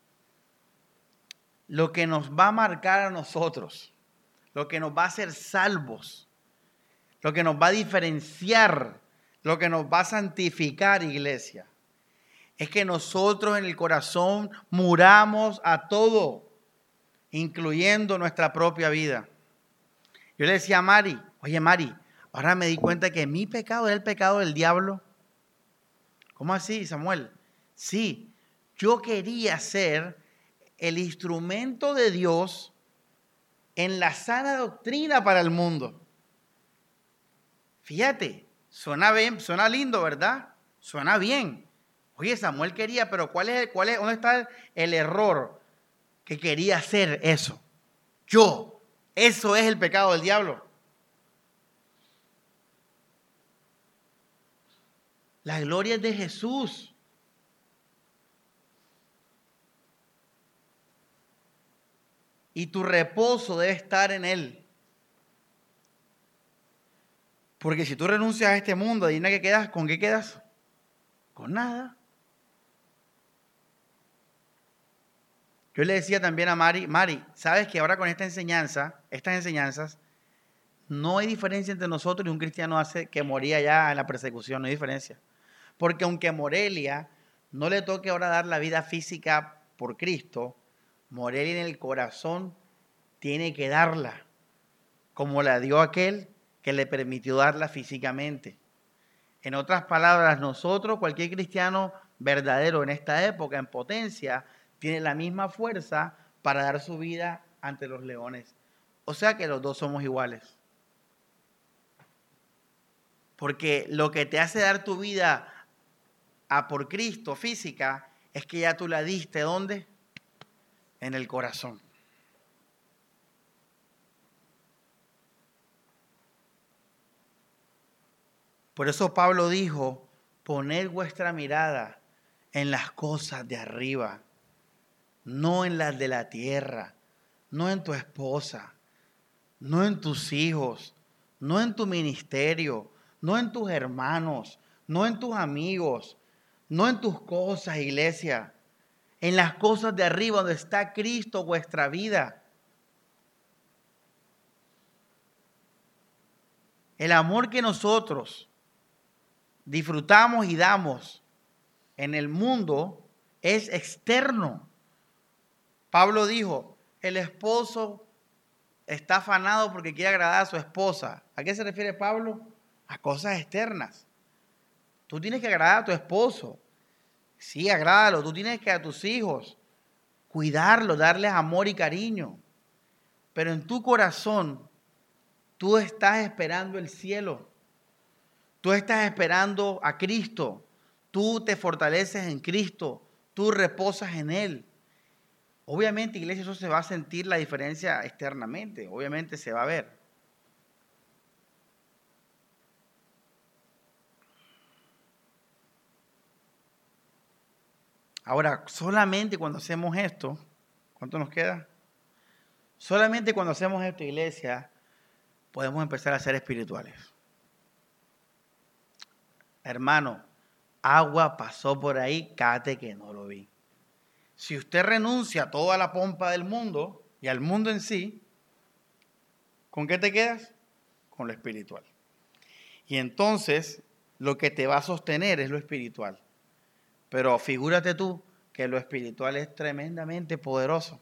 lo que nos va a marcar a nosotros, lo que nos va a hacer salvos, lo que nos va a diferenciar, lo que nos va a santificar, iglesia, es que nosotros en el corazón muramos a todo, incluyendo nuestra propia vida. Yo le decía a Mari, oye Mari, ahora me di cuenta que mi pecado era el pecado del diablo. ¿Cómo así, Samuel? Sí, yo quería ser el instrumento de Dios en la sana doctrina para el mundo. Fíjate, suena bien, suena lindo, ¿verdad? Suena bien. Oye, Samuel quería, pero ¿cuál es, cuál es, dónde está el error? Que quería hacer eso. Yo. Eso es el pecado del diablo. La gloria es de Jesús. Y tu reposo debe estar en Él. Porque si tú renuncias a este mundo, adivina qué quedas, ¿con qué quedas? Con nada. Yo le decía también a Mari, Mari, sabes que ahora con esta enseñanza, estas enseñanzas, no hay diferencia entre nosotros y un cristiano hace que moría ya en la persecución, no hay diferencia. Porque aunque Morelia no le toque ahora dar la vida física por Cristo, Morelia en el corazón tiene que darla, como la dio aquel que le permitió darla físicamente. En otras palabras, nosotros, cualquier cristiano verdadero en esta época, en potencia, tiene la misma fuerza para dar su vida ante los leones. O sea que los dos somos iguales. Porque lo que te hace dar tu vida a por Cristo física es que ya tú la diste, ¿dónde? En el corazón. Por eso Pablo dijo, poned vuestra mirada en las cosas de arriba, no en las de la tierra, no en tu esposa, no en tus hijos, no en tu ministerio, no en tus hermanos, no en tus amigos, no en tus cosas, iglesia, en las cosas de arriba donde está Cristo, vuestra vida. El amor que nosotros disfrutamos y damos en el mundo es externo. Pablo dijo, el esposo está afanado porque quiere agradar a su esposa. ¿A qué se refiere Pablo? A cosas externas. Tú tienes que agradar a tu esposo. Sí, agrádalo. Tú tienes que a tus hijos cuidarlos, darles amor y cariño. Pero en tu corazón, tú estás esperando el cielo. Tú estás esperando a Cristo. Tú te fortaleces en Cristo. Tú reposas en Él. Obviamente, iglesia, eso se va a sentir la diferencia externamente. Obviamente se va a ver. Ahora, solamente cuando hacemos esto, ¿cuánto nos queda? Solamente cuando hacemos esto, iglesia, podemos empezar a ser espirituales. Hermano, agua pasó por ahí, cate que no lo vi. Si usted renuncia a toda la pompa del mundo y al mundo en sí, ¿con qué te quedas? Con lo espiritual. Y entonces, lo que te va a sostener es lo espiritual. Pero figúrate tú que lo espiritual es tremendamente poderoso.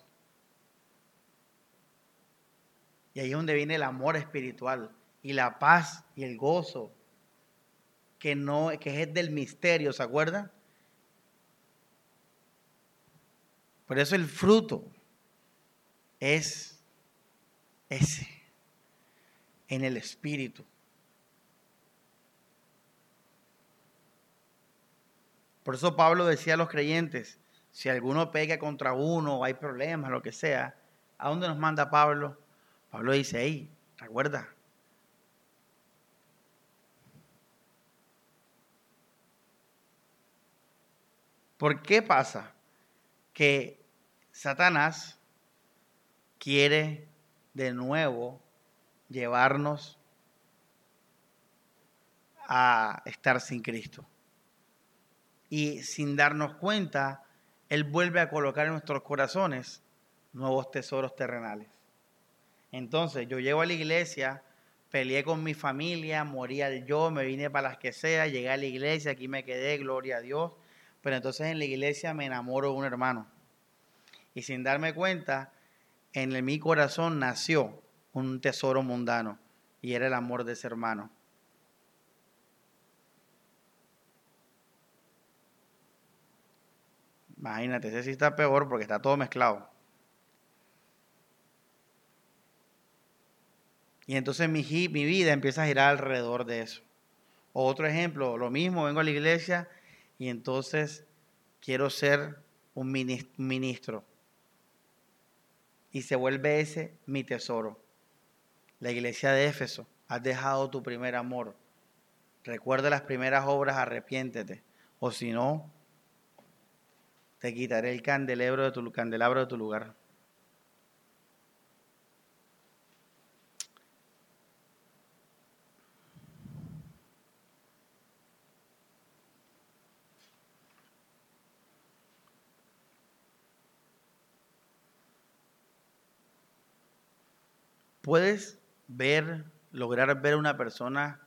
Y ahí es donde viene el amor espiritual y la paz y el gozo, que, no, que es del misterio, ¿se acuerdan? Por eso el fruto es ese, en el espíritu. Por eso Pablo decía a los creyentes, si alguno pega contra uno o hay problemas, lo que sea, ¿a dónde nos manda Pablo? Pablo dice, hey, recuerda. ¿Por qué pasa que Satanás quiere de nuevo llevarnos a estar sin Cristo? Y sin darnos cuenta, Él vuelve a colocar en nuestros corazones nuevos tesoros terrenales. Entonces, yo llego a la iglesia, peleé con mi familia, morí al yo, me vine para las que sea, llegué a la iglesia, aquí me quedé, gloria a Dios. Pero entonces en la iglesia me enamoro de un hermano. Y sin darme cuenta, en mi corazón nació un tesoro mundano. Y era el amor de ese hermano. Imagínate, ese sí está peor porque está todo mezclado. Y entonces mi, mi vida empieza a girar alrededor de eso. Otro ejemplo, lo mismo, vengo a la iglesia y entonces quiero ser un ministro. Y se vuelve ese mi tesoro. La iglesia de Éfeso, has dejado tu primer amor. Recuerda las primeras obras, arrepiéntete. O si no, te quitaré el candelabro de tu, candelabro de tu lugar. ¿Puedes ver, lograr ver una persona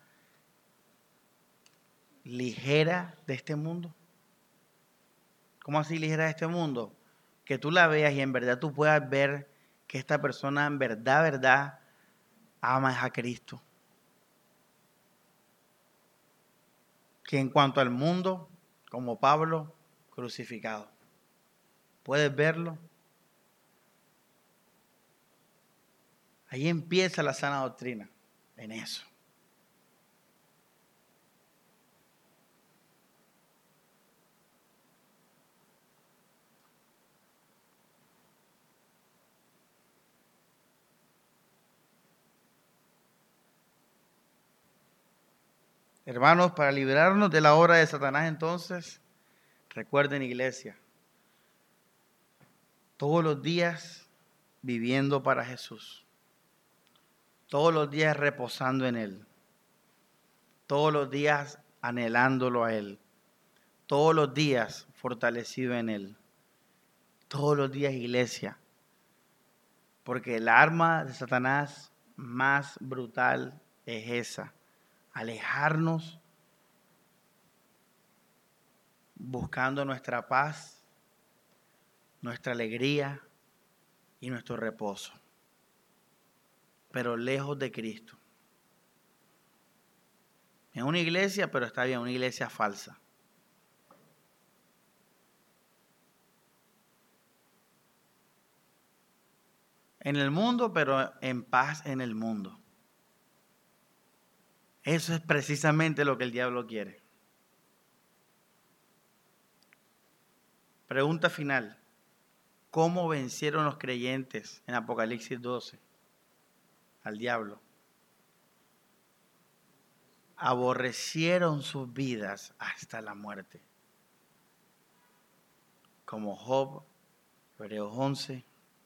ligera de este mundo? ¿Cómo así ligera de este mundo? Que tú la veas y en verdad tú puedas ver que esta persona en verdad, verdad, ama a Cristo. Que en cuanto al mundo, como Pablo, crucificado. ¿Puedes verlo? Ahí empieza la sana doctrina, en eso. Hermanos, para librarnos de la obra de Satanás entonces, recuerden, iglesia, todos los días viviendo para Jesús, todos los días reposando en Él, todos los días anhelándolo a Él, todos los días fortalecido en Él, todos los días, iglesia, porque el arma de Satanás más brutal es esa, alejarnos buscando nuestra paz, nuestra alegría y nuestro reposo, pero lejos de Cristo. En una iglesia, pero está bien, una iglesia falsa. En el mundo, pero en paz en el mundo. Eso es precisamente lo que el diablo quiere. Pregunta final. ¿Cómo vencieron los creyentes en Apocalipsis doce al diablo? Aborrecieron sus vidas hasta la muerte. Como Job, Hebreos once.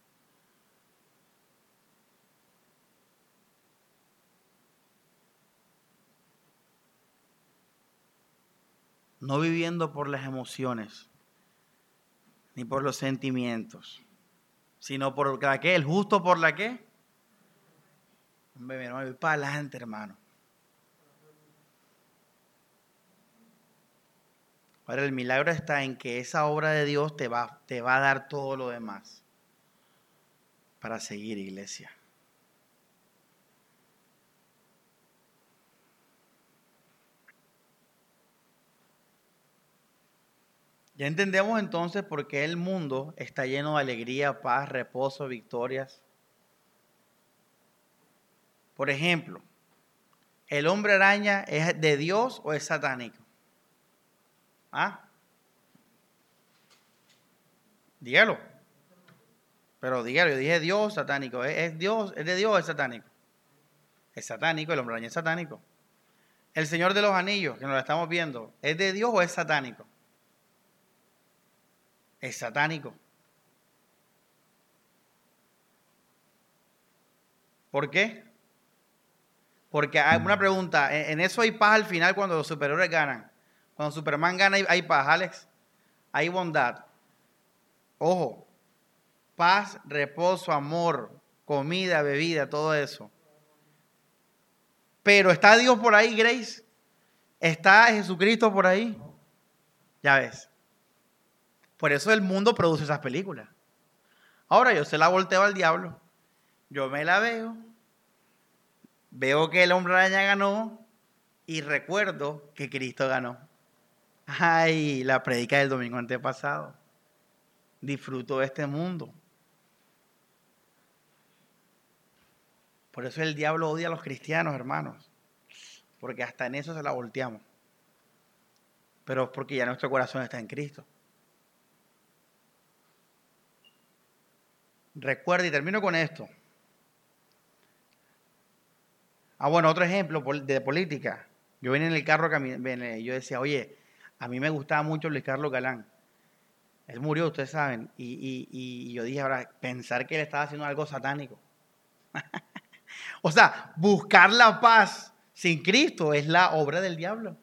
No viviendo por las emociones, ni por los sentimientos, sino por la que, el justo por la que. Hombre, mi hermano, voy para adelante, hermano. Ahora, el milagro está en que esa obra de Dios te va, te va a dar todo lo demás para seguir, iglesia. Ya entendemos entonces por qué el mundo está lleno de alegría, paz, reposo, victorias. Por ejemplo, ¿el hombre araña es de Dios o es satánico? ¿Ah? Dígalo. Pero dígalo, yo dije Dios satánico. ¿Es, es Dios, es de Dios o es satánico? Es satánico, el hombre araña es satánico. El Señor de los Anillos, que nos lo estamos viendo, ¿es de Dios o es satánico? Es satánico. ¿Por qué? Porque hay una pregunta, en eso hay paz al final cuando los superhéroes ganan. Cuando Superman gana hay paz, Alex. Hay bondad. Ojo, paz, reposo, amor, comida, bebida, todo eso. Pero ¿está Dios por ahí, Grace? ¿Está Jesucristo por ahí? Ya ves. Por eso el mundo produce esas películas. Ahora yo se la volteo al diablo. Yo me la veo. Veo que el hombre araña ganó. Y recuerdo que Cristo ganó. Ay, la predica del domingo antepasado. Disfruto de este mundo. Por eso el diablo odia a los cristianos, hermanos. Porque hasta en eso se la volteamos. Pero es porque ya nuestro corazón está en Cristo. Recuerda, y termino con esto. Ah, bueno, otro ejemplo de política. Yo venía en el carro, cami- ven- yo decía, oye, a mí me gustaba mucho Luis Carlos Galán. Él murió, ustedes saben. Y, y, y yo dije, ahora, pensar que él estaba haciendo algo satánico. O sea, buscar la paz sin Cristo es la obra del diablo.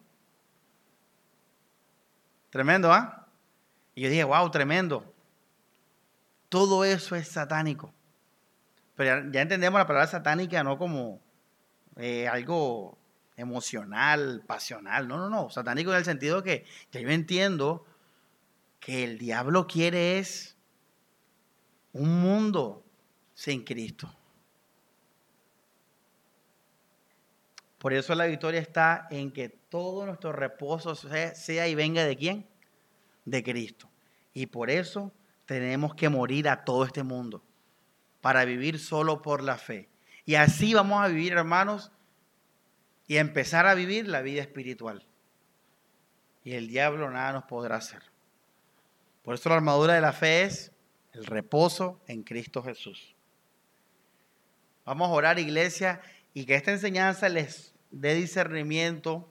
Tremendo, ¿ah? Y yo dije, wow, tremendo. Todo eso es satánico. Pero ya, ya entendemos la palabra satánica no como eh, algo emocional, pasional. No, no, no. Satánico en el sentido que ya yo entiendo que el diablo quiere es un mundo sin Cristo. Por eso la victoria está en que todo nuestro reposo sea, sea y venga de quién? De Cristo. Y por eso tenemos que morir a todo este mundo para vivir solo por la fe. Y así vamos a vivir, hermanos, y a empezar a vivir la vida espiritual. Y el diablo nada nos podrá hacer. Por eso la armadura de la fe es el reposo en Cristo Jesús. Vamos a orar, iglesia, y que esta enseñanza les dé discernimiento.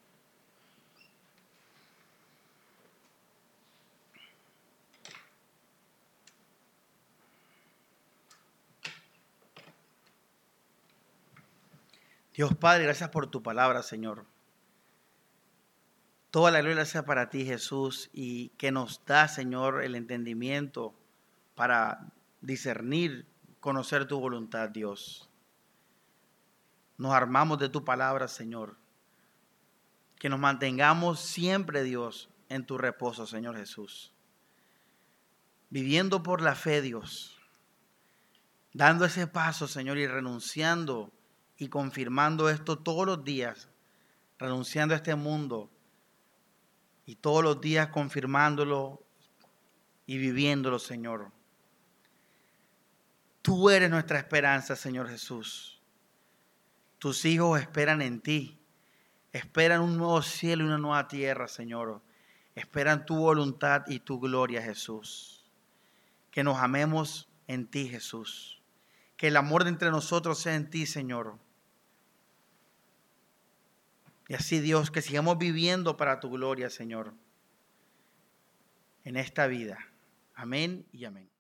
Dios Padre, gracias por tu palabra, Señor. Toda la gloria sea para ti, Jesús, y que nos da, Señor, el entendimiento para discernir, conocer tu voluntad, Dios. Nos armamos de tu palabra, Señor. Que nos mantengamos siempre, Dios, en tu reposo, Señor Jesús. Viviendo por la fe, Dios. Dando ese paso, Señor, y renunciando y confirmando esto todos los días. Renunciando a este mundo y todos los días confirmándolo y viviéndolo, Señor. Tú eres nuestra esperanza, Señor Jesús. Tus hijos esperan en ti. Esperan un nuevo cielo y una nueva tierra, Señor. Esperan tu voluntad y tu gloria, Jesús. Que nos amemos en ti, Jesús. Que el amor de entre nosotros sea en ti, Señor. Y así, Dios, que sigamos viviendo para tu gloria, Señor, en esta vida. Amén y amén.